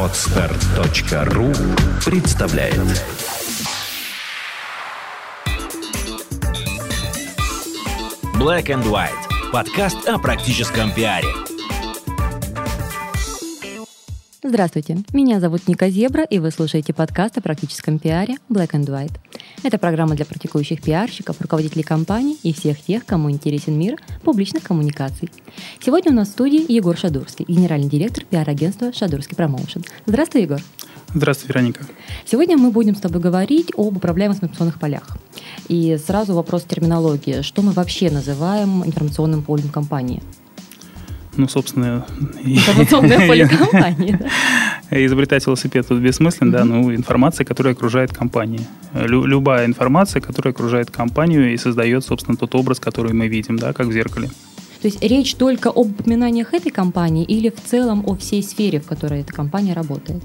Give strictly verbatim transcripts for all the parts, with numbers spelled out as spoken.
Подстер точка ру представляет. Black and White. Подкаст о практическом пиаре. Здравствуйте, меня зовут Ника Зебра, и вы слушаете подкаст о практическом пиаре Black and White. Это программа для практикующих пиарщиков, руководителей компаний и всех тех, кому интересен мир публичных коммуникаций. Сегодня у нас в студии Егор Шадурский, генеральный директор пиар-агентства «Шадурский промоушен». Здравствуй, Егор. Здравствуй, Вероника. Сегодня мы будем с тобой говорить об управляемых информационных полях. И сразу вопрос терминологии. Что мы вообще называем информационным полем компании? Ну, собственно... Информационное поле компании, да? Изобретать велосипед тут бессмысленно, да, ну, информация, которая окружает компанию. Лю- любая информация, которая окружает компанию и создает, собственно, тот образ, который мы видим, да, как в зеркале. То есть речь только об упоминаниях этой компании или в целом о всей сфере, в которой эта компания работает?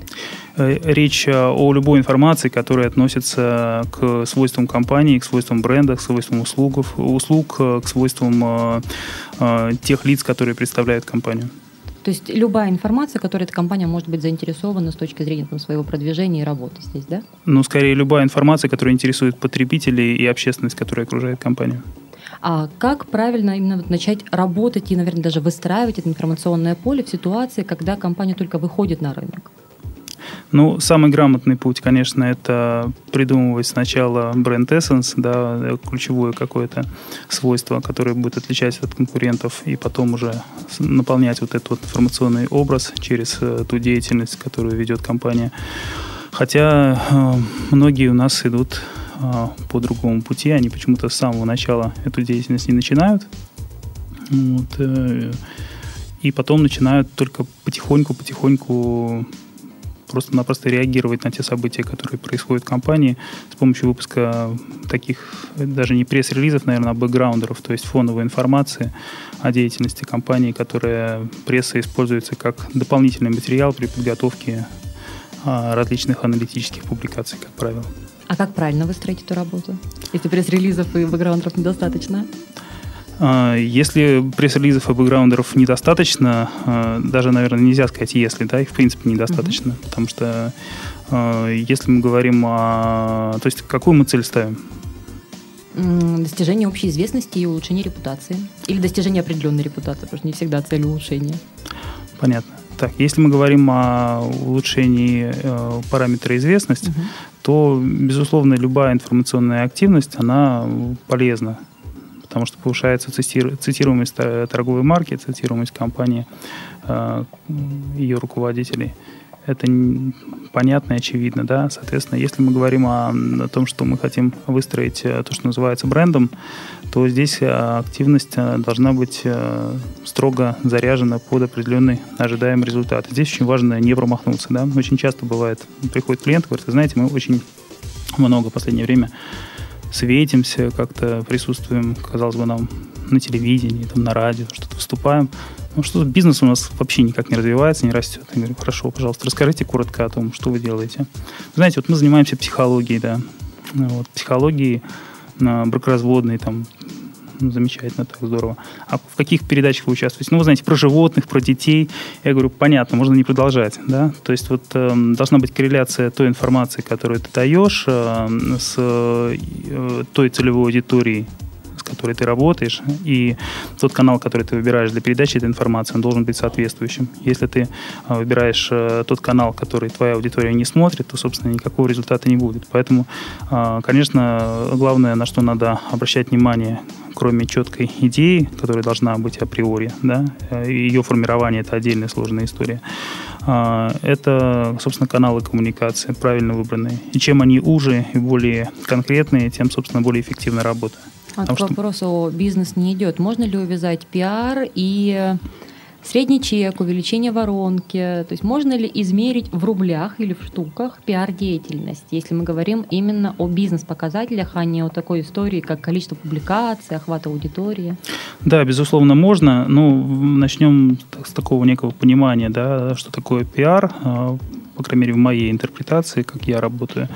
Речь о любой информации, которая относится к свойствам компании, к свойствам бренда, к свойствам услуг, услуг к свойствам э, э, тех лиц, которые представляют компанию. То есть любая информация, которой эта компания может быть заинтересована с точки зрения там, своего продвижения и работы здесь, да? Ну, скорее, любая информация, которая интересует потребителей и общественность, которая окружает компанию. А как правильно именно вот начать работать и, наверное, даже выстраивать это информационное поле в ситуации, когда компания только выходит на рынок? Ну, самый грамотный путь, конечно, это придумывать сначала бренд эссенс, да, ключевое какое-то свойство, которое будет отличать от конкурентов, и потом уже наполнять вот этот вот информационный образ через ту деятельность, которую ведет компания. Хотя э, многие у нас идут э, по другому пути, они почему-то с самого начала эту деятельность не начинают. Вот, э, и потом начинают только потихоньку-потихоньку просто-напросто реагировать на те события, которые происходят в компании с помощью выпуска таких, даже не пресс-релизов, наверное, а бэкграундеров, то есть фоновой информации о деятельности компании, которая пресса используется как дополнительный материал при подготовке а, различных аналитических публикаций, как правило. А как правильно выстроить эту работу, если пресс-релизов и бэкграундеров недостаточно? Если пресс-релизов и бэкграундеров недостаточно, даже, наверное, нельзя сказать «если», да, их в принципе недостаточно, uh-huh. потому что если мы говорим о... То есть какую мы цель ставим? Достижение общей известности и улучшение репутации. Или достижение определенной репутации, потому что не всегда цель улучшения. Понятно. Так, если мы говорим о улучшении э, параметра известности, uh-huh. то, безусловно, любая информационная активность, она полезна. Потому что повышается цитируемость торговой марки, цитируемость компании, ее руководителей. Это понятно и очевидно, да. Соответственно, если мы говорим о, о том, что мы хотим выстроить то, что называется брендом, то здесь активность должна быть строго заряжена под определенный ожидаемый результат. Здесь очень важно не промахнуться, да. Очень часто бывает, приходит клиент и говорит: знаете, мы очень много в последнее время светимся, как-то присутствуем, казалось бы, нам на телевидении, там, на радио, что-то выступаем. Ну, что бизнес у нас вообще никак не развивается, не растет. Я говорю: хорошо, пожалуйста, расскажите коротко о том, что вы делаете. Знаете, вот мы занимаемся психологией, да, вот, психологией бракоразводной, там, ну, замечательно, так здорово. А в каких передачах вы участвуете? Ну, вы знаете, про животных, про детей. Я говорю: понятно, можно не продолжать, да. То есть вот э, должна быть корреляция той информации, которую ты даешь, э, с э, той целевой аудиторией, с которой ты работаешь, и тот канал, который ты выбираешь для передачи этой информации, он должен быть соответствующим. Если ты э, выбираешь э, тот канал, который твоя аудитория не смотрит, то, собственно, никакого результата не будет. Поэтому, э, конечно, главное, на что надо обращать внимание, кроме четкой идеи, которая должна быть априори, да, ее формирование – это отдельная сложная история. Это, собственно, каналы коммуникации, правильно выбранные. И чем они уже и более конкретные, тем, собственно, более эффективная работа. А к вопросу бизнес не идет. Можно ли увязать пиар и средний чек, увеличение воронки? То есть можно ли измерить в рублях или в штуках пиар-деятельность, если мы говорим именно о бизнес-показателях, а не о такой истории, как количество публикаций, охват аудитории? Да, безусловно, можно. Ну, начнем с такого некого понимания, да, что такое пиар. по крайней мере, в моей интерпретации, как я работаю.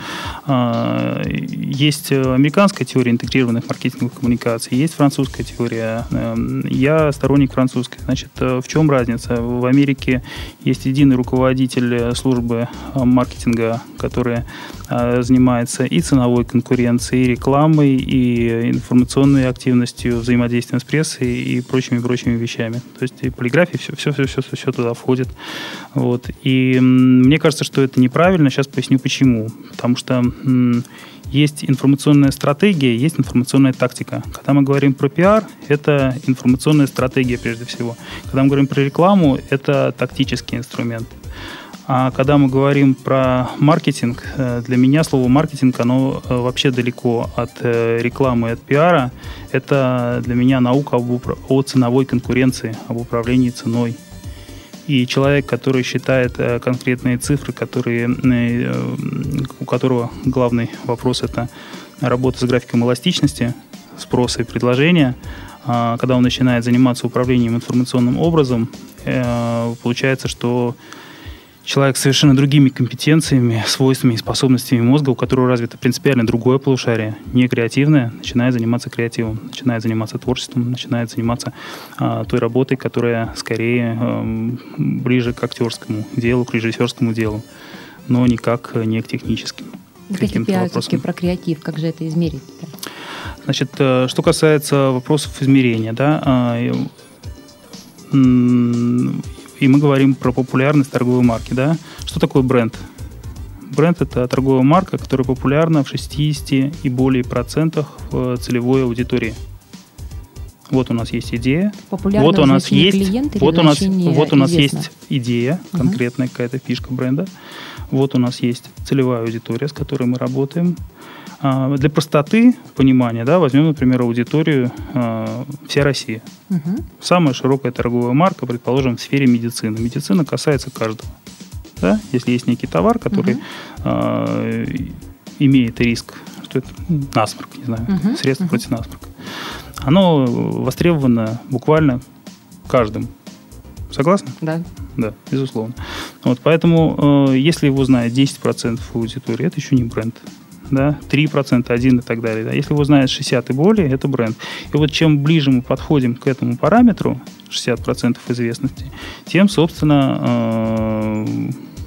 Есть американская теория интегрированных маркетинговых коммуникаций, есть французская теория. Я сторонник французской. Значит, в чем разница? В Америке есть единый руководитель службы маркетинга, который занимается и ценовой конкуренцией, и рекламой, и информационной активностью, взаимодействием с прессой и прочими-прочими вещами. То есть и полиграфия, все, все, все, все, все туда входит. Вот. И мне кажется, что это неправильно. Сейчас поясню, почему. Потому что м, есть информационная стратегия, есть информационная тактика. Когда мы говорим про пиар, это информационная стратегия прежде всего. Когда мы говорим про рекламу, это тактический инструмент. А когда мы говорим про маркетинг, для меня слово маркетинг, оно вообще далеко от рекламы и от пиара. Это для меня наука об упро- о ценовой конкуренции, об управлении ценой. И человек, который считает конкретные цифры, которые, у которого главный вопрос – это работа с графиком эластичности, спроса и предложения, когда он начинает заниматься управлением информационным образом, получается, что человек с совершенно другими компетенциями, свойствами и способностями мозга, у которого развито принципиально другое полушарие, не креативное, начинает заниматься креативом, начинает заниматься творчеством, начинает заниматься а, той работой, которая скорее а, ближе к актерскому делу, к режиссерскому делу, но никак не к техническим. Какие пиар-все-таки про креатив, как же это измерить? Значит, что касается вопросов измерения, да, и мы говорим про популярность торговой марки, да. Что такое бренд? Бренд – это торговая марка, которая популярна в шестьдесят и более процентах в целевой аудитории. Вот у нас есть идея. Популярно вот у нас есть, клиент или вот у нас, вот у нас известно? есть идея, конкретная uh-huh. какая-то фишка бренда. Вот у нас есть целевая аудитория, с которой мы работаем. А, для простоты понимания, да, возьмем, например, аудиторию а, «Вся Россия». Uh-huh. Самая широкая торговая марка, предположим, в сфере медицины. Медицина касается каждого. Да? Если есть некий товар, который uh-huh. а, имеет риск, что это насморк, не знаю, uh-huh. средство uh-huh. против насморка, оно востребовано буквально каждым. Согласны? Да. Да, безусловно. Вот, поэтому, э, если его знает десять процентов аудитории, это еще не бренд. Да? три процента, один и так далее. Да? Если его знает шестьдесят и более, это бренд. И вот чем ближе мы подходим к этому параметру, шестьдесят процентов известности, тем, собственно, э,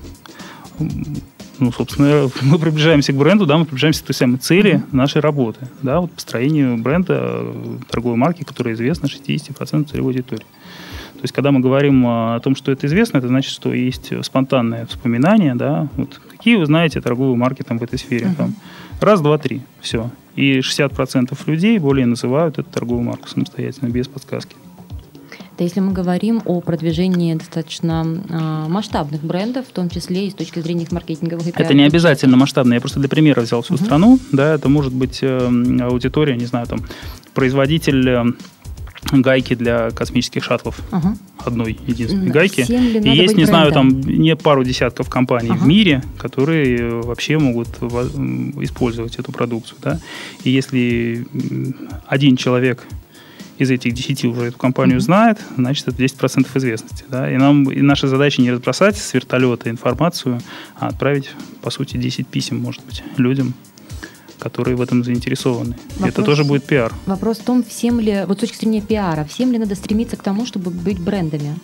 ну, собственно, мы приближаемся к бренду, да, мы приближаемся к той самой цели нашей работы, да, вот построению бренда, торговой марки, которая известна шестьдесят процентов целевой аудитории. То есть, когда мы говорим о том, что это известно, это значит, что есть спонтанное вспоминание, да, вот какие вы знаете торговые марки там в этой сфере, uh-huh. там, раз, два, три, все. И шестьдесят процентов людей более называют эту торговую марку самостоятельно, без подсказки. Да, если мы говорим о продвижении достаточно э, масштабных брендов, в том числе и с точки зрения их маркетинговых и пиар. Это не обязательно масштабно. Я просто для примера взял всю uh-huh. страну. Да, это может быть э, аудитория, не знаю, там, производитель э, гайки для космических шаттлов. Uh-huh. Одной единственной гайки. И есть, не знаю, там не пару десятков компаний uh-huh. в мире, которые вообще могут использовать эту продукцию. Да? И если один человек из этих десяти уже эту компанию mm-hmm. знает, значит, это десять процентов известности. Да? И, нам, и наша задача не разбросать с вертолета информацию, а отправить, по сути, десять писем, может быть, людям, которые в этом заинтересованы. Вопрос, это тоже будет пиар. Вопрос в том, всем ли, вот с точки зрения пиара, всем ли надо стремиться к тому, чтобы быть брендами?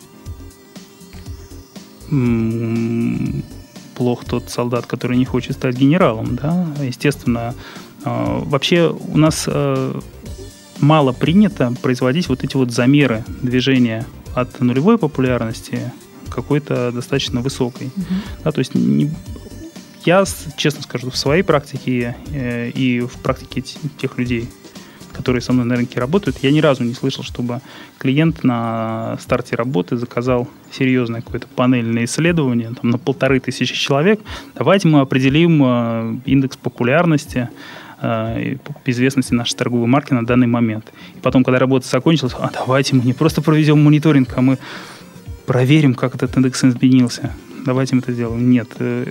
М-м- плох тот солдат, который не хочет стать генералом. Да? Естественно, э- вообще у нас... Э- мало принято производить вот эти вот замеры движения от нулевой популярности к какой-то достаточно высокой. Uh-huh. Да, то есть не, я, честно скажу, в своей практике э, и в практике тех людей, которые со мной на рынке работают, я ни разу не слышал, чтобы клиент на старте работы заказал серьезное какое-то панельное исследование там, на полторы тысячи человек. Давайте мы определим э, индекс популярности, известности нашей торговой марки на данный момент. И потом, когда работа закончилась, а давайте мы не просто проведем мониторинг, а мы проверим, как этот индекс изменился. Давайте мы это сделаем. Нет.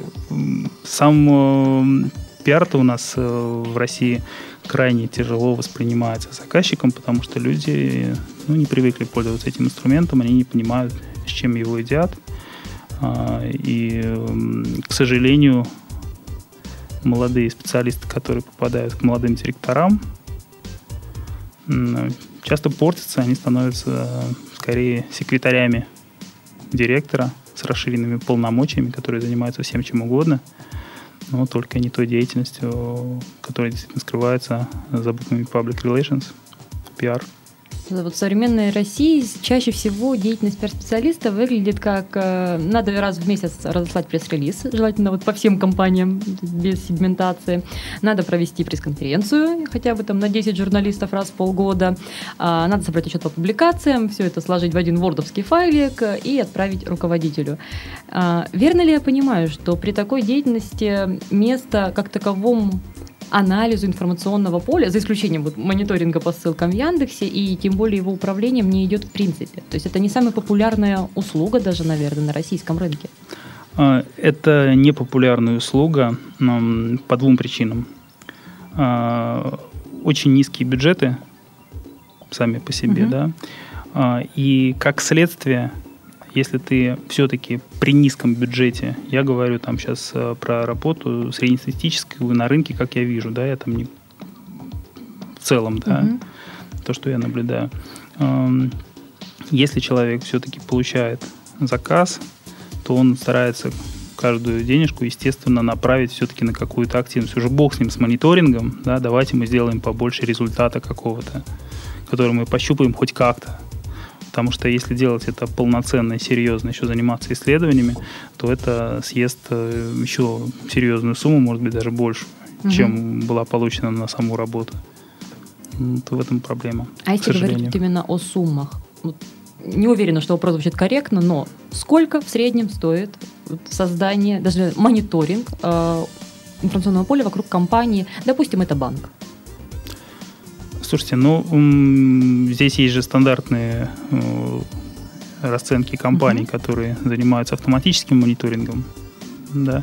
Сам пиар-то у нас в России крайне тяжело воспринимается заказчиком, потому что люди ну, не привыкли пользоваться этим инструментом, они не понимают, с чем его едят. И, к сожалению, молодые специалисты, которые попадают к молодым директорам, часто портятся, они становятся скорее секретарями директора с расширенными полномочиями, которые занимаются всем чем угодно, но только не той деятельностью, которая действительно скрывается за буквами public relations, пиар. Вот в современной России чаще всего деятельность пиар-специалиста выглядит как э, надо раз в месяц разослать пресс-релиз, желательно вот по всем компаниям без сегментации. Надо провести пресс-конференцию, хотя бы там на десять журналистов раз в полгода. А, надо собрать отчет по публикациям, все это сложить в один вордовский файлик и отправить руководителю. А, верно ли я понимаю, что при такой деятельности место как таковому анализу информационного поля, за исключением вот мониторинга по ссылкам в Яндексе, и тем более его управлением не идет в принципе? То есть это не самая популярная услуга даже, наверное, на российском рынке? Это не популярная услуга по двум причинам. Очень низкие бюджеты сами по себе, угу. да, и как следствие, если ты все-таки при низком бюджете, я говорю там сейчас про работу среднестатистическую на рынке, как я вижу, да, я там не в целом, да, uh-huh. то, что я наблюдаю. Если человек все-таки получает заказ, то он старается каждую денежку, естественно, направить все-таки на какую-то активность. Уже бог с ним, с мониторингом, да, давайте мы сделаем побольше результата какого-то, который мы пощупаем хоть как-то. Потому что если делать это полноценно и серьезно, еще заниматься исследованиями, то это съест еще серьезную сумму, может быть, даже больше, угу. чем была получена на саму работу. То в этом проблема. А если говорить вот именно о суммах? Не уверена, что вопрос звучит корректно, но сколько в среднем стоит создание, даже мониторинг э, информационного поля вокруг компании? Допустим, это банк. Слушайте, ну, здесь есть же стандартные расценки компаний, uh-huh. которые занимаются автоматическим мониторингом, да,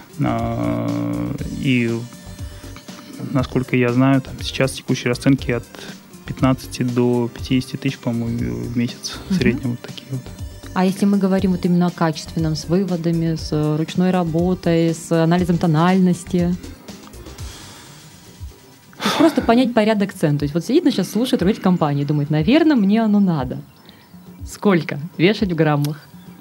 и, насколько я знаю, там сейчас текущие расценки от пятнадцати до пятидесяти тысяч, по-моему, в месяц в среднем, uh-huh. вот такие вот. А если мы говорим вот именно о качественном, с выводами, с ручной работой, с анализом тональности? Просто понять порядок цен. То есть вот сидит, ну, сейчас слушает руководитель компании, думает, наверное, мне оно надо. Сколько? Вешать в граммах?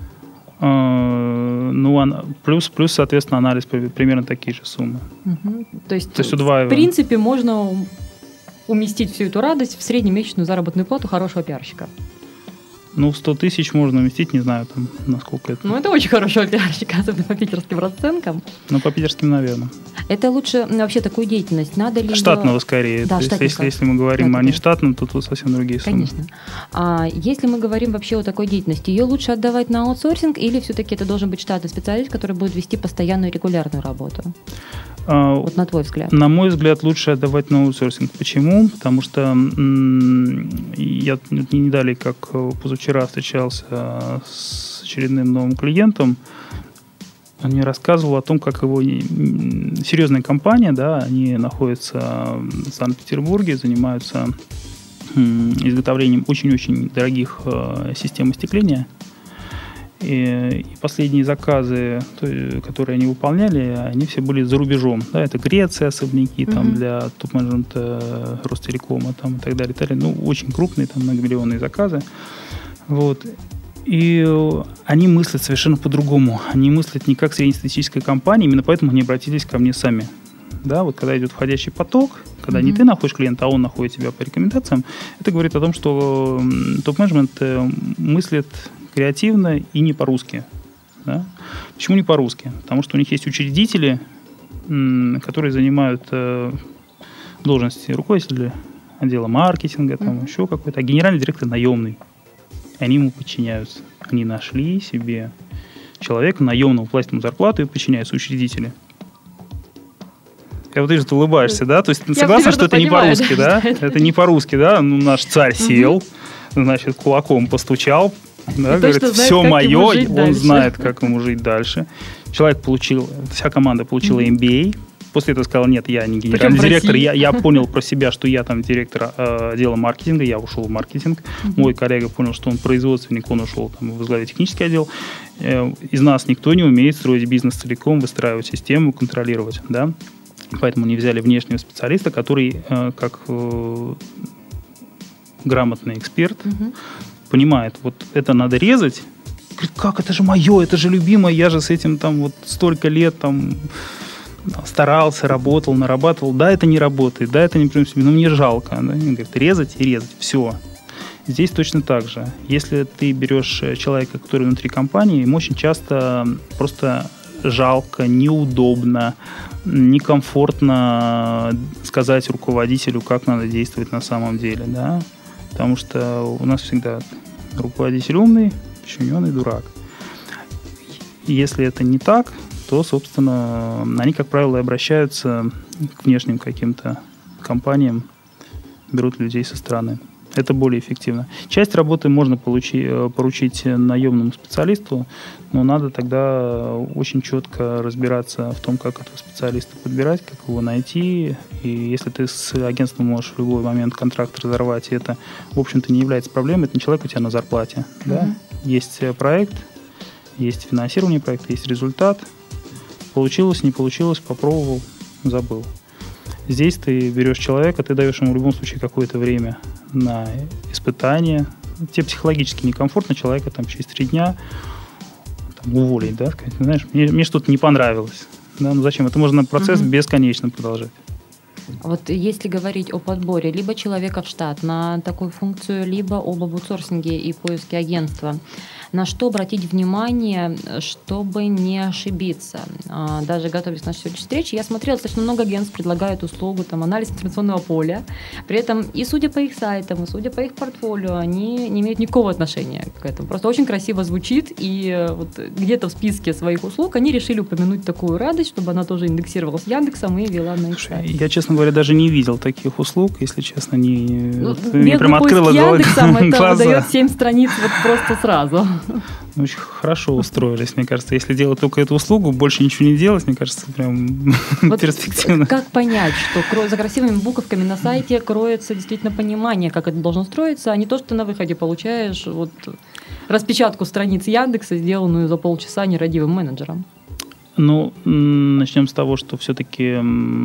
Ну, плюс, плюс, соответственно, анализ примерно такие же суммы. Угу. То есть, То есть удваиваем. В принципе, можно уместить всю эту радость в среднемесячную заработную плату хорошего пиарщика. Ну, в сто тысяч можно уместить, не знаю, там, насколько это. Ну, это очень хорошего пиарщика, особенно по питерским расценкам. Ну, по питерским, наверное. Это лучше, ну, вообще такую деятельность надо ли... Штатного скорее. Да, То есть, если, если мы говорим да, о нештатном, то тут совсем другие суммы. Конечно. А если мы говорим вообще о такой деятельности, ее лучше отдавать на аутсорсинг или все-таки это должен быть штатный специалист, который будет вести постоянную регулярную работу? А, вот на твой взгляд. На мой взгляд, лучше отдавать на аутсорсинг. Почему? Потому что м- я не далее, как позавчера встречался с очередным новым клиентом, он мне рассказывал о том, как его серьезная компания, да, они находятся в Санкт-Петербурге, занимаются изготовлением очень-очень дорогих систем остекления. И, и последние заказы, то, которые они выполняли, они все были за рубежом. Да, это Греция, особняки mm-hmm. там, для топ-менеджмента Ростелекома там, и так далее, и так далее. Ну, очень крупные, там, многомиллионные заказы. Вот. И они мыслят совершенно по-другому. Они мыслят не как среднестатистическая компания, именно поэтому они обратились ко мне сами. Да, вот когда идет входящий поток, когда mm-hmm. не ты находишь клиента, а он находит тебя по рекомендациям, это говорит о том, что топ-менеджмент мыслит креативно и не по-русски. Да? Почему не по-русски? Потому что у них есть учредители, которые занимают должности руководителя отдела маркетинга, там mm-hmm. еще какой-то, а генеральный директор наемный. И они ему подчиняются. Они нашли себе человека наемного, платят ему зарплату и подчиняются учредители. Я вот вижу, ты улыбаешься, да? То есть ты согласна, что это понимаю, не по-русски, да? да? Это не по-русски, да? Ну, наш царь сел, mm-hmm. значит, кулаком постучал, да, говорит, знает, все мое, он дальше. знает, как ему жить дальше. Человек получил, вся команда получила эм би эй после этого сказал, нет, я не генеральный директор, я, я понял про себя, что я там директор э, отдела маркетинга, я ушел в маркетинг, uh-huh. мой коллега понял, что он производственник, он ушел там, возглавить технический отдел. Э, из нас никто не умеет строить бизнес целиком, выстраивать систему, контролировать, да, поэтому не взяли внешнего специалиста, который э, как э, грамотный эксперт uh-huh. понимает, вот это надо резать. Говорит, как, это же мое, это же любимое, я же с этим там вот столько лет там старался, работал, нарабатывал. Да, это не работает, да, это не приносит, но мне жалко. Да? Говорит, резать и резать, все. Здесь точно так же. Если ты берешь человека, который внутри компании, ему очень часто просто жалко, неудобно, некомфортно сказать руководителю, как надо действовать на самом деле, да, потому что у нас всегда руководитель умный, подчиненный дурак. Если это не так, то, собственно, они, как правило, обращаются к внешним каким-то компаниям, берут людей со стороны. Это более эффективно. Часть работы можно получить, поручить наемному специалисту, но надо тогда очень четко разбираться в том, как этого специалиста подбирать, как его найти. И если ты с агентством можешь в любой момент контракт разорвать, и это, в общем-то, не является проблемой, это не человек у тебя на зарплате. Mm-hmm. Да? Есть проект, есть финансирование проекта, есть результат. Получилось, не получилось, попробовал, забыл. Здесь ты берешь человека, ты даешь ему в любом случае какое-то время на испытание. Тебе психологически некомфортно человека там, через три дня там, уволить, да, сказать, знаешь, мне, мне что-то не понравилось. Да, ну зачем? Это можно процесс угу. бесконечно продолжать. Вот если говорить о подборе либо человека в штат на такую функцию, либо об аутсорсинге и поиске агентства, на что обратить внимание, чтобы не ошибиться? Даже готовясь к нашей сегодняшней встрече, я смотрела, достаточно много агентств предлагают услугу там, анализ информационного поля. При этом и судя по их сайтам, и судя по их портфолио, они не имеют никакого отношения к этому. Просто очень красиво звучит, и вот где-то в списке своих услуг они решили упомянуть такую радость, чтобы она тоже индексировалась Яндексом и вела на их сайт. Я, честно говоря, даже не видел таких услуг, если честно, не, ну, вот, не прям открыла Яндексом это выдает семь страниц вот просто сразу. Очень хорошо устроились, мне кажется. Если делать только эту услугу, больше ничего не делать, мне кажется, прям вот перспективно. Как понять, что за красивыми буковками на сайте кроется действительно понимание, как это должно строиться, а не то, что ты на выходе получаешь вот распечатку страниц Яндекса, сделанную за полчаса нерадивым менеджером? Ну, начнем с того, что все-таки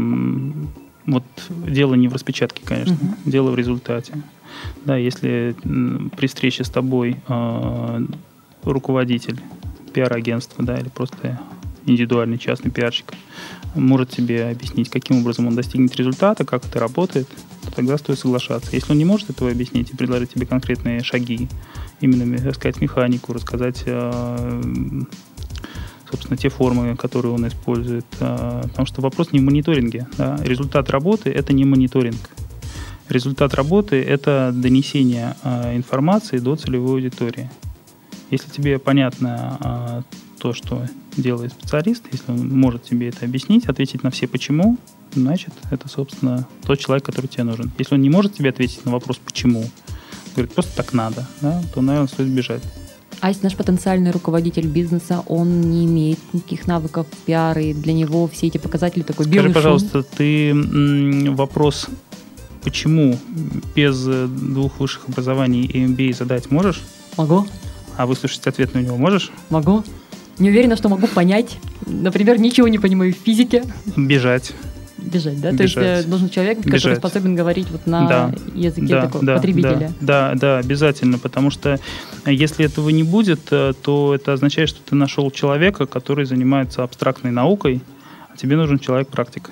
вот дело не в распечатке, конечно, uh-huh. дело в результате. Да, если при встрече с тобой э, руководитель пиар-агентства, да, или просто индивидуальный частный пиарщик может тебе объяснить, каким образом он достигнет результата, как это работает, то тогда стоит соглашаться. Если он не может этого объяснить и предложить тебе конкретные шаги, именно рассказать механику, рассказать, э, собственно, те формы, которые он использует, э, потому что вопрос не в мониторинге. Да? Результат работы – это не мониторинг. Результат работы – это донесение э, информации до целевой аудитории. Если тебе понятно э, то, что делает специалист, если он может тебе это объяснить, ответить на все «почему», значит, это, собственно, тот человек, который тебе нужен. Если он не может тебе ответить на вопрос «почему», говорит, просто так надо, да, то, наверное, стоит бежать. А если наш потенциальный руководитель бизнеса, он не имеет никаких навыков пиара, и для него все эти показатели такой белый шум? Скажи, пожалуйста, ты м- вопрос «почему» без двух высших образований и эм би эй задать можешь? Могу. А выслушать ответ на него можешь? Могу. Не уверена, что могу понять. Например, ничего не понимаю в физике. Бежать. Бежать, да? Бежать. То есть должен человек, Бежать. который способен говорить вот на да. языке да, такого да, потребителя. Да, да, да, обязательно, потому что если этого не будет, то это означает, что ты нашел человека, который занимается абстрактной наукой, а тебе нужен человек-практик.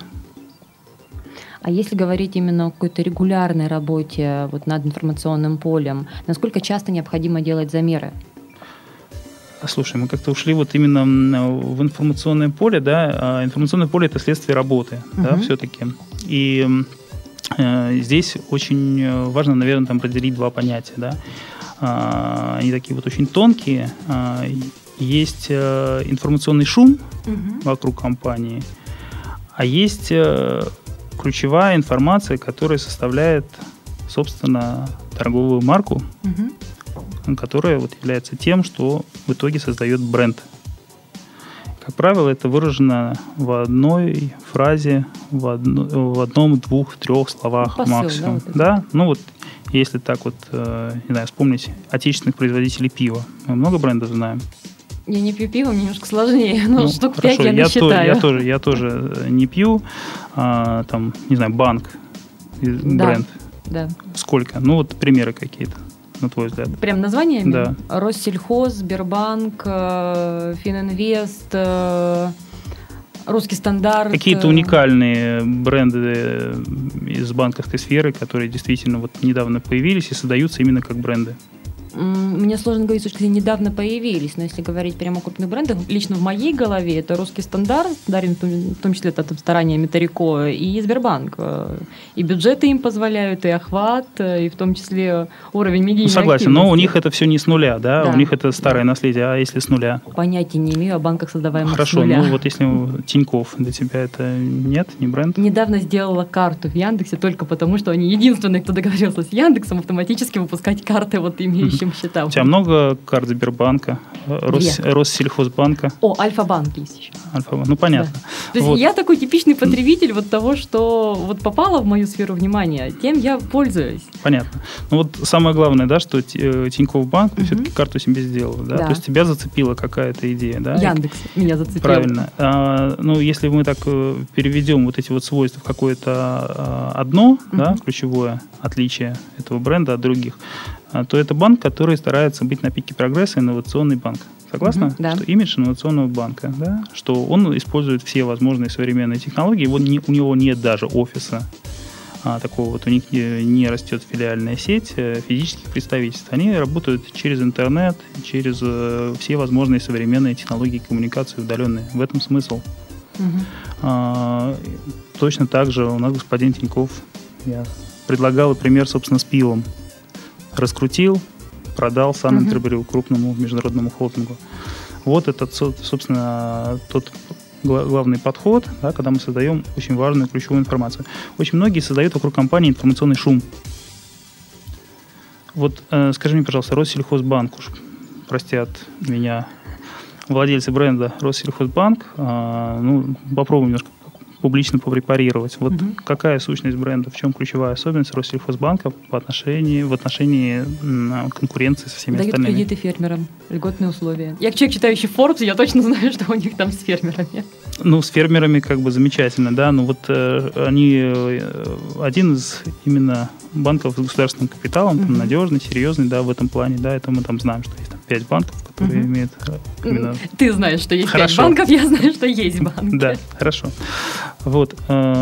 А если говорить именно о какой-то регулярной работе вот над информационным полем, насколько часто необходимо делать замеры? Слушай, мы как-то ушли вот именно в информационное поле, да, а информационное поле – это следствие работы, uh-huh. да, все-таки. И э, здесь очень важно, наверное, там разделить два понятия, да. А, они такие вот очень тонкие. А, есть э, информационный шум uh-huh. вокруг компании, а есть э, ключевая информация, которая составляет, собственно, торговую марку, uh-huh. которая вот является тем, что в итоге создает бренд. как правило, это выражено в одной фразе, в, одно, в одном, двух, трех словах посыл, максимум. Да, вот да? Ну вот, если так вот, э, не знаю, вспомнить отечественных производителей пива. Мы много брендов знаем. Я не пью пиво, мне немножко сложнее. Ну, ну штук пять я, я насчитаю. Я тоже, я тоже не пью. А, там, не знаю, банк, да, бренд. Да. Сколько? Ну, вот примеры какие-то, на твой взгляд. Прям названиями? Да. Россельхоз, Сбербанк, Фининвест, Русский стандарт. Какие-то уникальные бренды из банковской сферы, которые действительно вот недавно появились и создаются именно как бренды. Мне сложно говорить, что они недавно появились, но если говорить прямо о крупных брендах, лично в моей голове это Русский стандарт, дарен в том числе это стараниями Тарико, и Сбербанк. И бюджеты им позволяют, и охват, и в том числе уровень медийной активности. Согласен, но у них это все не с нуля, да? Да. У них это старое да. наследие, а если с нуля? Понятия не имею о банках, создаваемых Хорошо, с нуля. Хорошо, ну вот если Тинькофф, для тебя это нет, не бренд? Недавно сделала карту в Яндексе только потому, что они единственные, кто договорился с Яндексом автоматически выпускать карты вот имеющим счета. У тебя много карт Сбербанка, Рос, Россельхозбанка? О, Альфа-банк есть еще. Альфа-банк, ну понятно. Да. То есть вот. я такой типичный потребитель вот того, что вот попало в мою сферу внимания, тем я пользуюсь. Понятно. Ну вот самое главное, да, что Тинькофф Банк угу. все-таки карту себе сделал, да? да? То есть тебя зацепила какая-то идея, да? Яндекс меня зацепил. Правильно. А, ну если мы так переведем вот эти вот свойства в какое-то одно, угу. да, ключевое отличие этого бренда от других, то это банк, который старается быть на пике прогресса, инновационный банк. Согласна? Mm-hmm, да. Что имидж инновационного банка, да? Что он использует все возможные современные технологии, вот не, у него нет даже офиса а, такого, вот у них не, не растет филиальная сеть физических представительств. Они работают через интернет, через э, все возможные современные технологии коммуникации удаленные. В этом смысл. Mm-hmm. А, точно так же у нас господин Тинькофф, я предлагал пример, собственно, с пивом. Раскрутил, продал Сан-Интербрю uh-huh. крупному международному холдингу. Вот это, собственно, тот главный подход, да, когда мы создаем очень важную ключевую информацию. Очень многие создают вокруг компании информационный шум. Вот э, скажи мне, пожалуйста, Россельхозбанк, уж простят меня владельцы бренда Россельхозбанк, э, ну, попробуем немножко публично попрепарировать. Вот угу. какая сущность бренда, в чем ключевая особенность Россельхозбанка по отношению, в отношении конкуренции со всеми Дают остальными? Дают кредиты фермерам, льготные условия. Я человек, читающий Forbes, я точно знаю, что у них там с фермерами. Ну, с фермерами как бы замечательно, да, но вот э, они э, один из именно банков с государственным капиталом, угу. там, надежный, серьезный, да, в этом плане, да, это мы там знаем, что есть там пять банков, которые угу. имеют именно... Ты знаешь, что есть хорошо. пять банков, я знаю, что есть банки. Да, хорошо. Вот.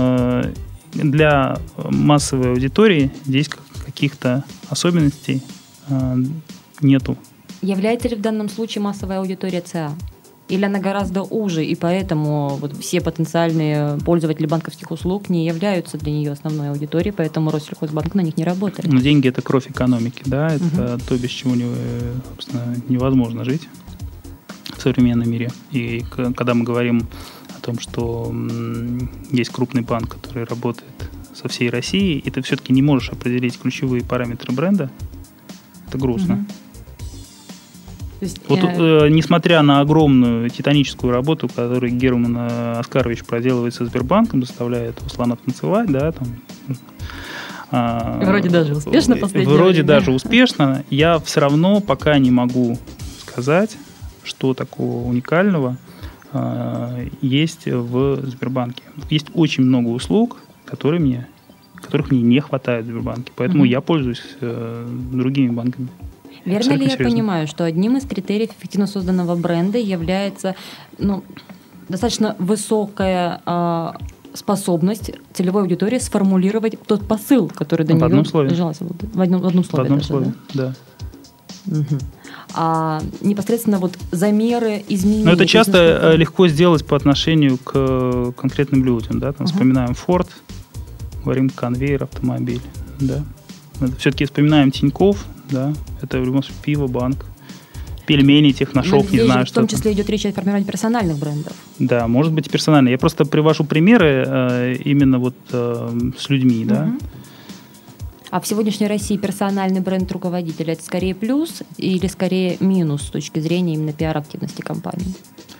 Для массовой аудитории здесь каких-то особенностей нету. Является ли в данном случае массовая аудитория ЦА? Или она гораздо уже, и поэтому вот все потенциальные пользователи банковских услуг не являются для нее основной аудиторией, поэтому Россельхозбанк на них не работает? Но деньги – это кровь экономики, да, это угу. то, без чего не, собственно, невозможно жить в современном мире. И когда мы говорим о том, что есть крупный банк, который работает со всей Россией, и ты все-таки не можешь определить ключевые параметры бренда, это грустно. Угу. Есть, вот, э... э, несмотря на огромную титаническую работу, которую Герман Оскарович проделывает со Сбербанком, заставляет этого слона танцевать, да, там, а, вроде даже успешно последнее Вроде время. даже успешно. Я все равно пока не могу сказать, что такого уникального а, есть в Сбербанке. Есть очень много услуг, которые мне, которых мне не хватает в Сбербанке, поэтому mm-hmm. я пользуюсь э, другими банками. Верно Абсолютно ли я серьезно. Понимаю, что одним из критериев эффективно созданного бренда является ну, достаточно высокая э, способность целевой аудитории сформулировать тот посыл, который до в нее одном слове. желался? В одном, в одном слове. В одном даже, слове, да. да. Угу. А непосредственно вот замеры изменений. Но это часто насколько... легко сделать по отношению к конкретным людям. Да? Там uh-huh. Вспоминаем Ford, говорим конвейер, автомобиль. Да? Все-таки вспоминаем Тинькофф, да? Это в любом случае пиво, банк, пельмени, техношоп, не знаю, что. В что том числе идет речь о формировании персональных брендов. Да, может быть, персонально. Я просто привожу примеры э, именно вот э, с людьми, uh-huh. да. А в сегодняшней России персональный бренд руководителя – это скорее плюс или скорее минус с точки зрения именно пиар-активности компании?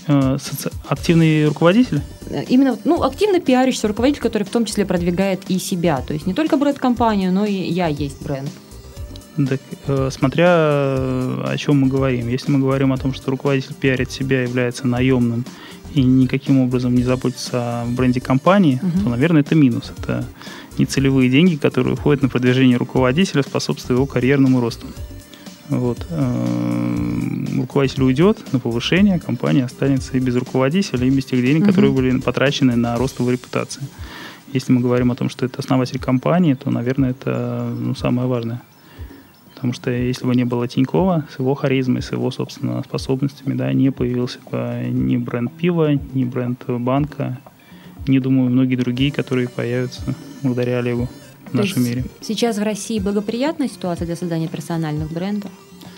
Э, соци... Активный руководитель? Именно, ну, активно пиарящийся руководитель, который в том числе продвигает и себя. То есть не только бренд-компанию, но и я есть бренд. Так, э, смотря о чем мы говорим. Если мы говорим о том, что руководитель пиарит себя, является наемным и никаким образом не заботится о бренде компании, uh-huh. то, наверное, это минус. Это нецелевые деньги, которые уходят на продвижение руководителя, способствуя его карьерному росту. Вот. Руководитель уйдет на повышение, компания останется и без руководителя, и без тех денег, uh-huh. которые были потрачены на рост его репутации. Если мы говорим о том, что это основатель компании, то, наверное, это ну, самое важное. Потому что если бы не было Тинькова с его харизмой, с его, собственно, способностями, да, не появился бы ни бренд пива, ни бренд банка, не думаю, многие другие, которые появятся благодаря Олегу в То нашем мире. Сейчас в России благоприятная ситуация для создания персональных брендов?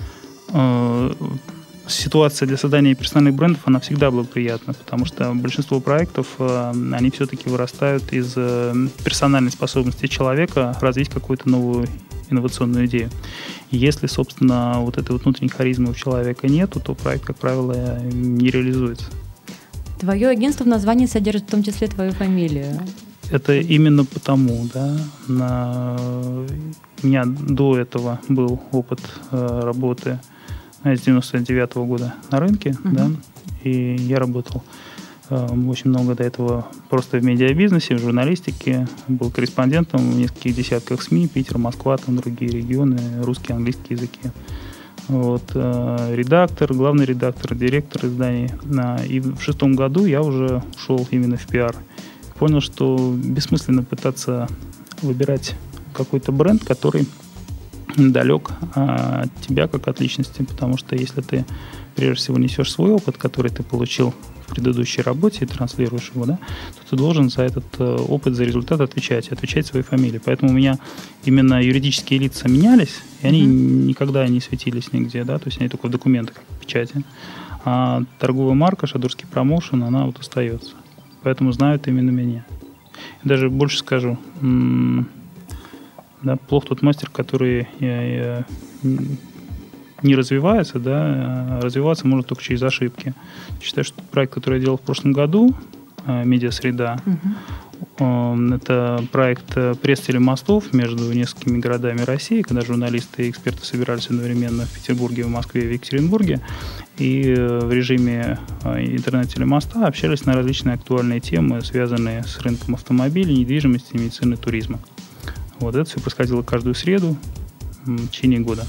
Ситуация для создания персональных брендов, она всегда благоприятна, потому что большинство проектов, они все-таки вырастают из персональной способности человека развить какую-то новую инновационную идею. Если, собственно, вот этой вот внутренней харизмы у человека нету, то проект, как правило, не реализуется. Твое агентство в названии содержит в том числе твою фамилию. Это именно потому, да, на... у меня до этого был опыт э, работы с девяносто девятого года на рынке, uh-huh. да, и я работал э, очень много до этого просто в медиабизнесе, в журналистике, был корреспондентом в нескольких десятках СМИ, Питер, Москва, там другие регионы, русский, английский языки. Вот, э, редактор, главный редактор, директор изданий. А, и в шестом году я уже ушел именно в пиар. Понял, что бессмысленно пытаться выбирать какой-то бренд, который далек от тебя как от личности, потому что если ты прежде всего несешь свой опыт, который ты получил в предыдущей работе и транслируешь его, да, то ты должен за этот опыт, за результат отвечать, отвечать своей фамилией. Поэтому у меня именно юридические лица менялись, и они mm-hmm. никогда не светились нигде, да, то есть они только в документах, в печати. А торговая марка «Шадурский промоушен», она вот остается. Поэтому знают именно меня. Даже больше скажу, м- да, плох тот мастер, который я, я, не развивается, да, а развиваться может только через ошибки. Считаю, что проект, который я делал в прошлом году, «Медиасреда», uh-huh. это проект пресс-телемостов между несколькими городами России, когда журналисты и эксперты собирались одновременно в Петербурге, в Москве и в Екатеринбурге, и в режиме интернет-телемоста общались на различные актуальные темы, связанные с рынком автомобилей, недвижимости, медицины, туризма. Вот это все происходило каждую среду в течение года.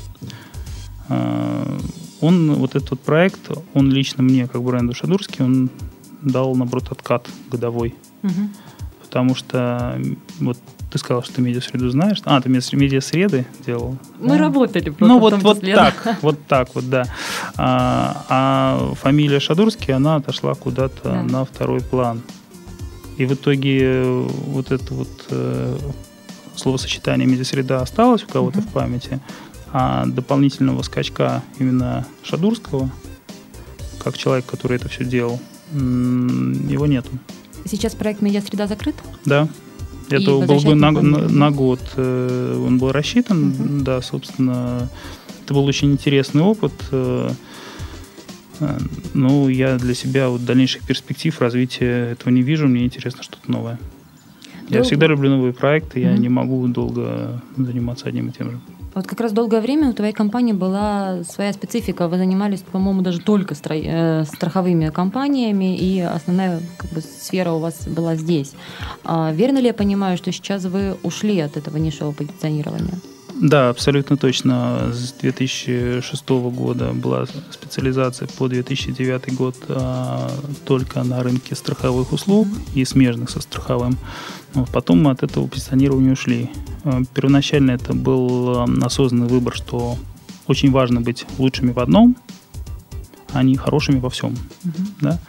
Он, вот этот вот проект, он лично мне, как бренду Шадурский, он дал, наоборот, откат годовой. Угу. Потому что вот ты сказал, что ты медиасреду знаешь. А, ты медиасреды делал? Мы да? работали просто. Ну, вот, вот так, вот так вот, да. А, а фамилия Шадурский, она отошла куда-то да. на второй план. И в итоге вот это вот э, словосочетание медиасреда осталось у кого-то uh-huh. в памяти, а дополнительного скачка именно Шадурского, как человек, который это все делал, его нету. Сейчас проект «Медиасреда» закрыт? Да. Это был бы на, на, на год. Он был рассчитан, uh-huh. да, собственно. Это был очень интересный опыт. Ну, я для себя вот дальнейших перспектив развития этого не вижу. Мне интересно что-то новое. Долго? Я всегда люблю новые проекты. Я uh-huh. не могу долго заниматься одним и тем же. Вот как раз долгое время у твоей компании была своя специфика. Вы занимались, по-моему, даже только стро... э, страховыми компаниями, и основная как бы, сфера у вас была здесь. А верно ли я понимаю, что сейчас вы ушли от этого нишевого позиционирования? Да, абсолютно точно. С две тысячи шестого года была специализация по две тысячи девятый год а, только на рынке страховых услуг mm-hmm. и смежных со страховым. Потом мы от этого позиционирования ушли. Первоначально это был осознанный выбор, что очень важно быть лучшими в одном, а не хорошими во всем. Mm-hmm. Да?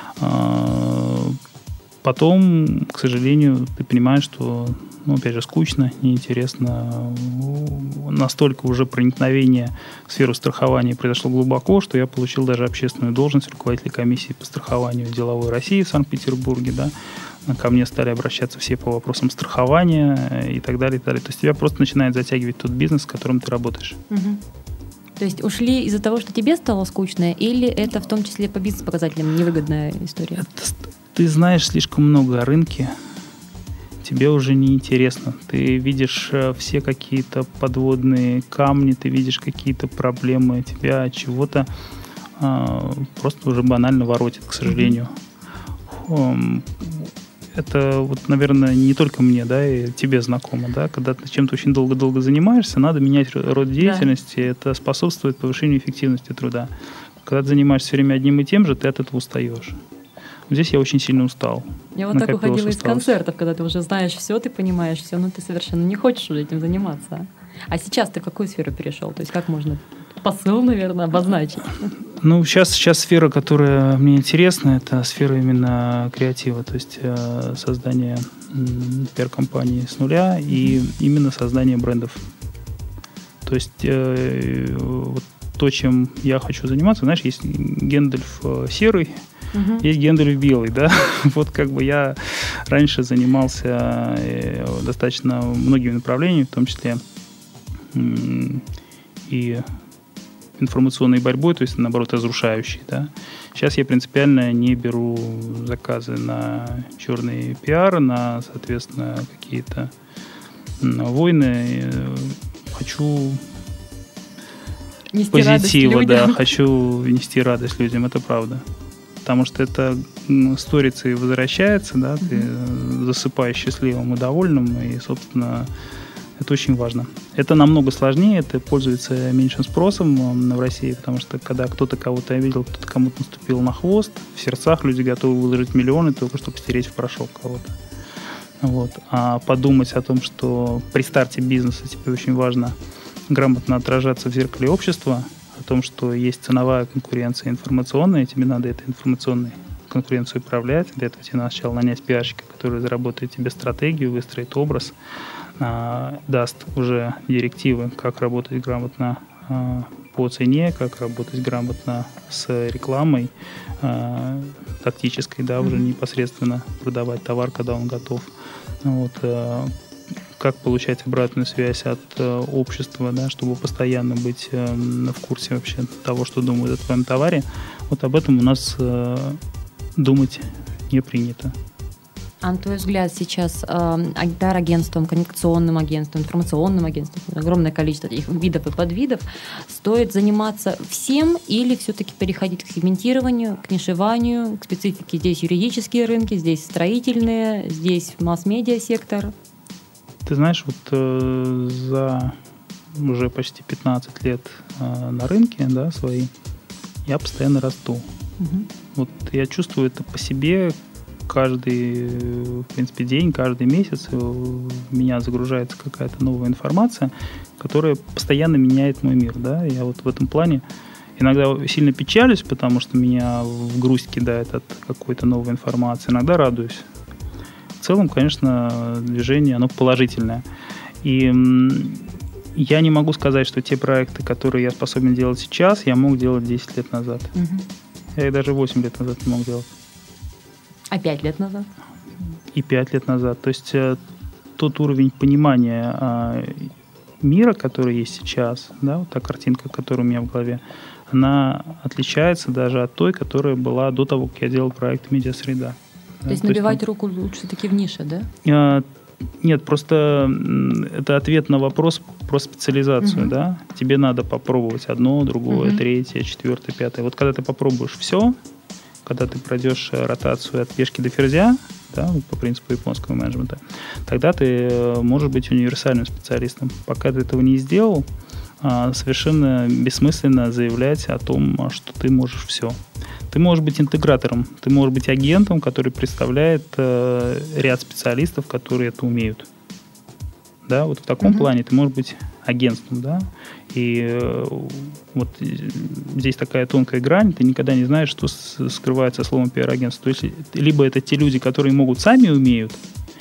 Потом, к сожалению, ты понимаешь, что, ну, опять же, скучно, неинтересно. Настолько уже проникновение в сферу страхования произошло глубоко, что я получил даже общественную должность руководителя комиссии по страхованию деловой России в Санкт-Петербурге, да. Ко мне стали обращаться все по вопросам страхования и так далее, и так далее. То есть тебя просто начинает затягивать тот бизнес, с которым ты работаешь. Угу. То есть ушли из-за того, что тебе стало скучно, или это в том числе по бизнес-показателям невыгодная история? Это, ты знаешь слишком много о рынке, тебе уже не интересно. Ты видишь все какие-то подводные камни, ты видишь какие-то проблемы, тебя от чего-то э, просто уже банально воротит, к сожалению. Mm-hmm. Это, вот, наверное, не только мне, да, и тебе знакомо, да, когда ты чем-то очень долго-долго занимаешься, надо менять род деятельности, да. Это способствует повышению эффективности труда. Когда ты занимаешься все время одним и тем же, ты от этого устаешь. Здесь я очень сильно устал. Я вот так уходила из концертов, когда ты уже знаешь все, ты понимаешь все, но ты совершенно не хочешь уже этим заниматься. А сейчас ты в какую сферу перешел? То есть как можно посыл, наверное, обозначить? Ну, сейчас, сейчас сфера, которая мне интересна, это сфера именно креатива, то есть э, создание э, пиар-компании с нуля и именно создание брендов. То есть э, вот то, чем я хочу заниматься, знаешь, есть Гэндальф э, серый, Uh-huh. есть Гэндальф белый, да. Вот как бы я раньше занимался э, достаточно многими направлениями, в том числе э, и информационной борьбой, то есть, наоборот, разрушающей, да. Сейчас я принципиально не беру заказы на черный пиар, на, соответственно, какие-то на войны. Хочу нести позитива, да, хочу нести радость людям, это правда. Потому что это сторицей возвращается, да, ты mm-hmm. засыпаешь счастливым и довольным, и, собственно, это очень важно. Это намного сложнее, это пользуется меньшим спросом в России, потому что когда кто-то кого-то обидел, кто-то кому-то наступил на хвост, в сердцах люди готовы выложить миллионы только чтобы стереть в порошок кого-то. Вот. А подумать о том, что при старте бизнеса тебе очень важно грамотно отражаться в зеркале общества, о том, что есть ценовая конкуренция информационная, тебе надо этой информационной конкуренцию управлять. Для этого тебе надо сначала нанять пиарщика, который заработает тебе стратегию, выстроит образ, а, даст уже директивы, как работать грамотно а, по цене, как работать грамотно с рекламой а, тактической, да, уже непосредственно продавать товар, когда он готов. Вот, а, как получать обратную связь от э, общества, да, чтобы постоянно быть э, в курсе вообще того, что думают о твоем товаре. Вот об этом у нас э, думать не принято. А на твой взгляд, сейчас э, пиар-агентством, коммуникационным агентством, информационным агентством, огромное количество этих видов и подвидов, стоит заниматься всем или все-таки переходить к сегментированию, к нишеванию, к специфике? Здесь юридические рынки, здесь строительные, здесь масс-медиа сектор. Ты знаешь, вот э, за уже почти пятнадцать лет э, на рынке, да, свои, я постоянно расту. Угу. Вот я чувствую это по себе каждый, в принципе, день, каждый месяц в меня загружается какая-то новая информация, которая постоянно меняет мой мир, да. Я вот в этом плане иногда сильно печалюсь, потому что меня в грусть кидает от какой-то новой информации, иногда радуюсь. В целом, конечно, движение, оно положительное. И я не могу сказать, что те проекты, которые я способен делать сейчас, я мог делать десять лет назад. Угу. Я их даже восемь лет назад не мог делать. А пять лет назад? И пять лет назад. То есть тот уровень понимания а, мира, который есть сейчас, да, вот та картинка, которая у меня в голове, она отличается даже от той, которая была до того, как я делал проект «Медиасреда». То да, есть то набивать есть, руку лучше таки в нише, да? А, нет, просто это ответ на вопрос про специализацию, uh-huh. да? Тебе надо попробовать одно, другое, uh-huh. третье, четвертое, пятое. Вот когда ты попробуешь все, когда ты пройдешь ротацию от пешки до ферзя, да, по принципу японского менеджмента, тогда ты можешь быть универсальным специалистом. Пока ты этого не сделал, совершенно бессмысленно заявлять о том, что ты можешь все. Ты можешь быть интегратором, ты можешь быть агентом, который представляет э, ряд специалистов, которые это умеют. Да, вот в таком uh-huh. плане ты можешь быть агентством, да. И э, вот здесь такая тонкая грань, ты никогда не знаешь, что с- скрывается словом пиар-агентство. То есть либо это те люди, которые могут сами умеют,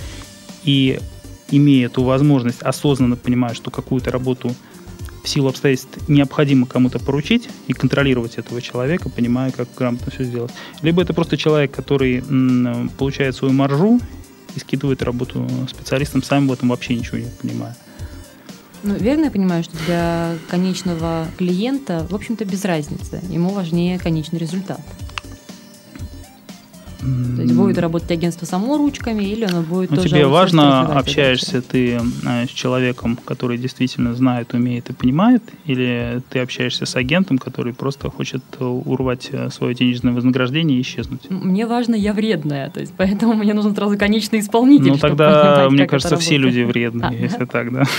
и имея эту возможность, осознанно понимая, что какую-то работу в силу обстоятельств необходимо кому-то поручить и контролировать этого человека, понимая, как грамотно все сделать. Либо это просто человек, который м, получает свою маржу и скидывает работу специалистам, сам в этом вообще ничего не понимая. Ну, верно я понимаю, что для конечного клиента, в общем-то, без разницы. Ему важнее конечный результат. То есть будет работать агентство само ручками, или оно будет Но тоже... тебе важно, общаешься ты с человеком, который действительно знает, умеет и понимает, или ты общаешься с агентом, который просто хочет урвать свое денежное вознаграждение и исчезнуть? Мне важно, я вредная, то есть поэтому мне нужен сразу конечный исполнитель. Ну тогда, понимать, мне кажется, все люди вредные, а, если да? так, да.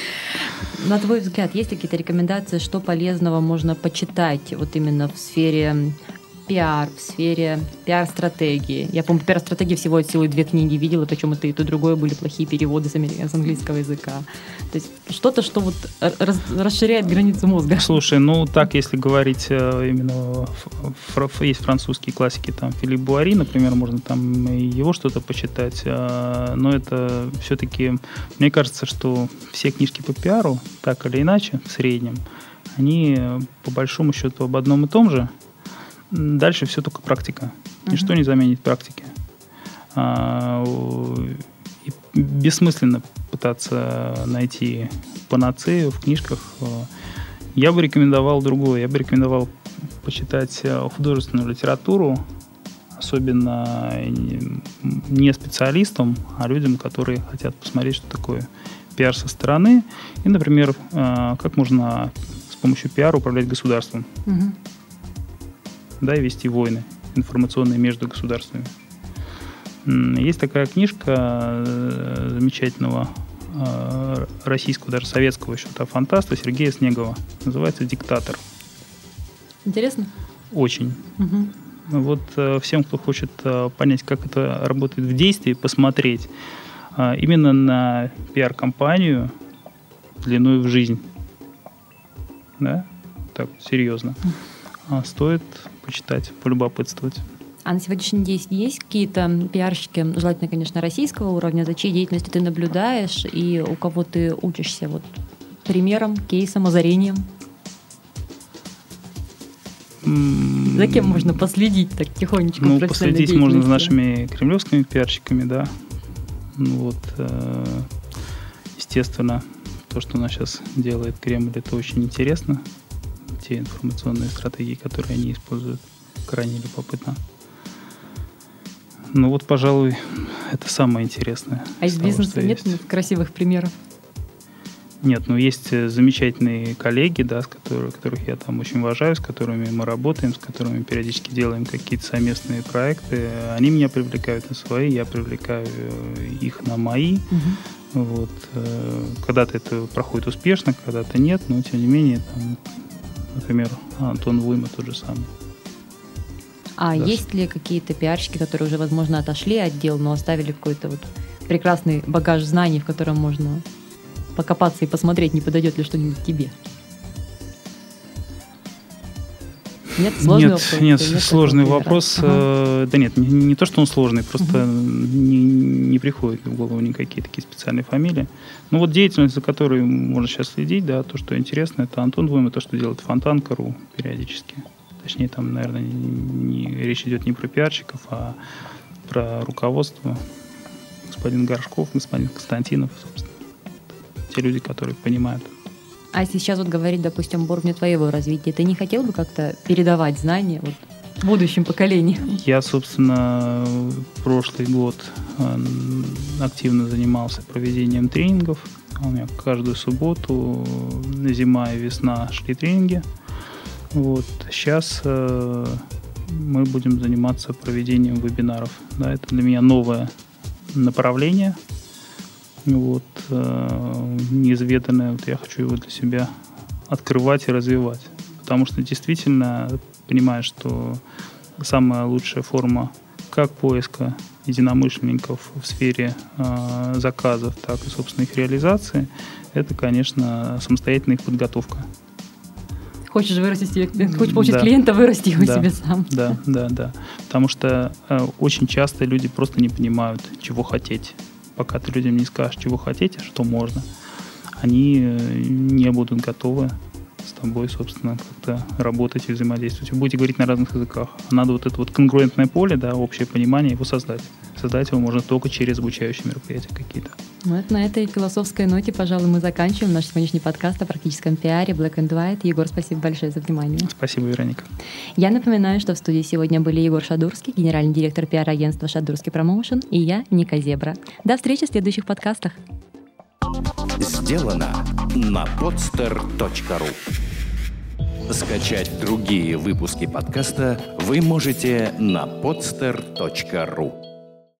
На твой взгляд, есть ли какие-то рекомендации, что полезного можно почитать вот именно в сфере пиар, в сфере пиар-стратегии? Я, по-моему, пиар-стратегии всего от силы две книги видела, причем это и то, и другое были плохие переводы с, с английского языка. То есть что-то, что вот раз, расширяет границы мозга. Слушай, ну так, если говорить именно, есть французские классики, там Филипп Буари, например, можно там его что-то почитать, но это все-таки, мне кажется, что все книжки по пиару, так или иначе, в среднем, они по большому счету об одном и том же. Дальше все только практика. Ничто uh-huh. не заменит практики. А, и бессмысленно пытаться найти панацею в книжках. Я бы рекомендовал другое. Я бы рекомендовал почитать художественную литературу, особенно не специалистам, а людям, которые хотят посмотреть, что такое пиар со стороны. И, например, как можно с помощью пиара управлять государством. Uh-huh. Да, и вести войны информационные между государствами. Есть такая книжка замечательного российского, даже советского еще фантаста Сергея Снегова. Называется «Диктатор». Интересно? Очень. Угу. Вот всем, кто хочет понять, как это работает в действии, посмотреть именно на пиар-компанию длиной в жизнь. Да? Так, серьезно. Стоит почитать, полюбопытствовать. А на сегодняшний день есть какие-то пиарщики, желательно, конечно, российского уровня, за чьей деятельностью ты наблюдаешь и у кого ты учишься вот примером, кейсом, озарением? Mm. За кем можно последить так тихонечко? Ну, последить можно за нашими кремлевскими пиарщиками, да. Ну, вот, естественно, то, что у нас сейчас делает Кремль, это очень интересно. Те информационные стратегии, которые они используют, крайне любопытно. Ну вот, пожалуй, это самое интересное. А из бизнеса нет красивых примеров? Нет, ну есть замечательные коллеги, да, с которых, которых я там очень уважаю, с которыми мы работаем, с которыми периодически делаем какие-то совместные проекты. Они меня привлекают на свои, я привлекаю их на мои. Угу. Вот. Когда-то это проходит успешно, когда-то нет, но тем не менее, там, например, Антон Вуйма тот же самый. А да. Есть ли какие-то пиарщики, которые уже, возможно, отошли от дел, но оставили какой-то вот прекрасный багаж знаний, в котором можно покопаться и посмотреть, не подойдет ли что-нибудь тебе? Нет, сложный нет, вопрос. Нет, нет сложный вопрос. Ага. Да нет, не, не то, что он сложный, просто угу. не, не приходит в голову никакие такие специальные фамилии. Ну вот деятельность, за которой можно сейчас следить, да, то, что интересно, это Антон Вуйма, то, что делает Фонтанка точка ру периодически. Точнее, там, наверное, не, не, речь идет не про пиарщиков, а про руководство. Господин Горшков, господин Константинов, собственно. Те люди, которые понимают. А если сейчас вот говорить, допустим, об уровне твоего развития, ты не хотел бы как-то передавать знания вот будущим поколениям? Я, собственно, прошлый год активно занимался проведением тренингов. У меня каждую субботу, зима и весна шли тренинги. Вот. Сейчас э, мы будем заниматься проведением вебинаров. Да, это для меня новое направление. Вот, э, неизведанное. Вот я хочу его для себя открывать и развивать. Потому что действительно понимаю, что самая лучшая форма как поиска единомышленников в сфере э, заказов, так и, собственно, их реализации, это, конечно, самостоятельная их подготовка. Хочешь вырастить себе, хочешь получить да. клиента, вырасти его да. себе сам. Да, да, да. Потому что э, очень часто люди просто не понимают, чего хотеть. Пока ты людям не скажешь, чего хотите, что можно, они э, не будут готовы с тобой, собственно, как-то работать и взаимодействовать. Вы будете говорить на разных языках. Надо вот это вот конгруентное поле, да, общее понимание его создать. Создать его можно только через обучающие мероприятия какие-то. Вот на этой философской ноте, пожалуй, мы заканчиваем наш сегодняшний подкаст о практическом пиаре Black and White. Егор, спасибо большое за внимание. Спасибо, Вероника. Я напоминаю, что в студии сегодня были Егор Шадурский, генеральный директор пиар-агентства «Шадурский промоушен», и я, Ника Зебра. До встречи в следующих подкастах. Сделано на podster точка ру. Скачать другие выпуски подкаста вы можете на podster точка ру.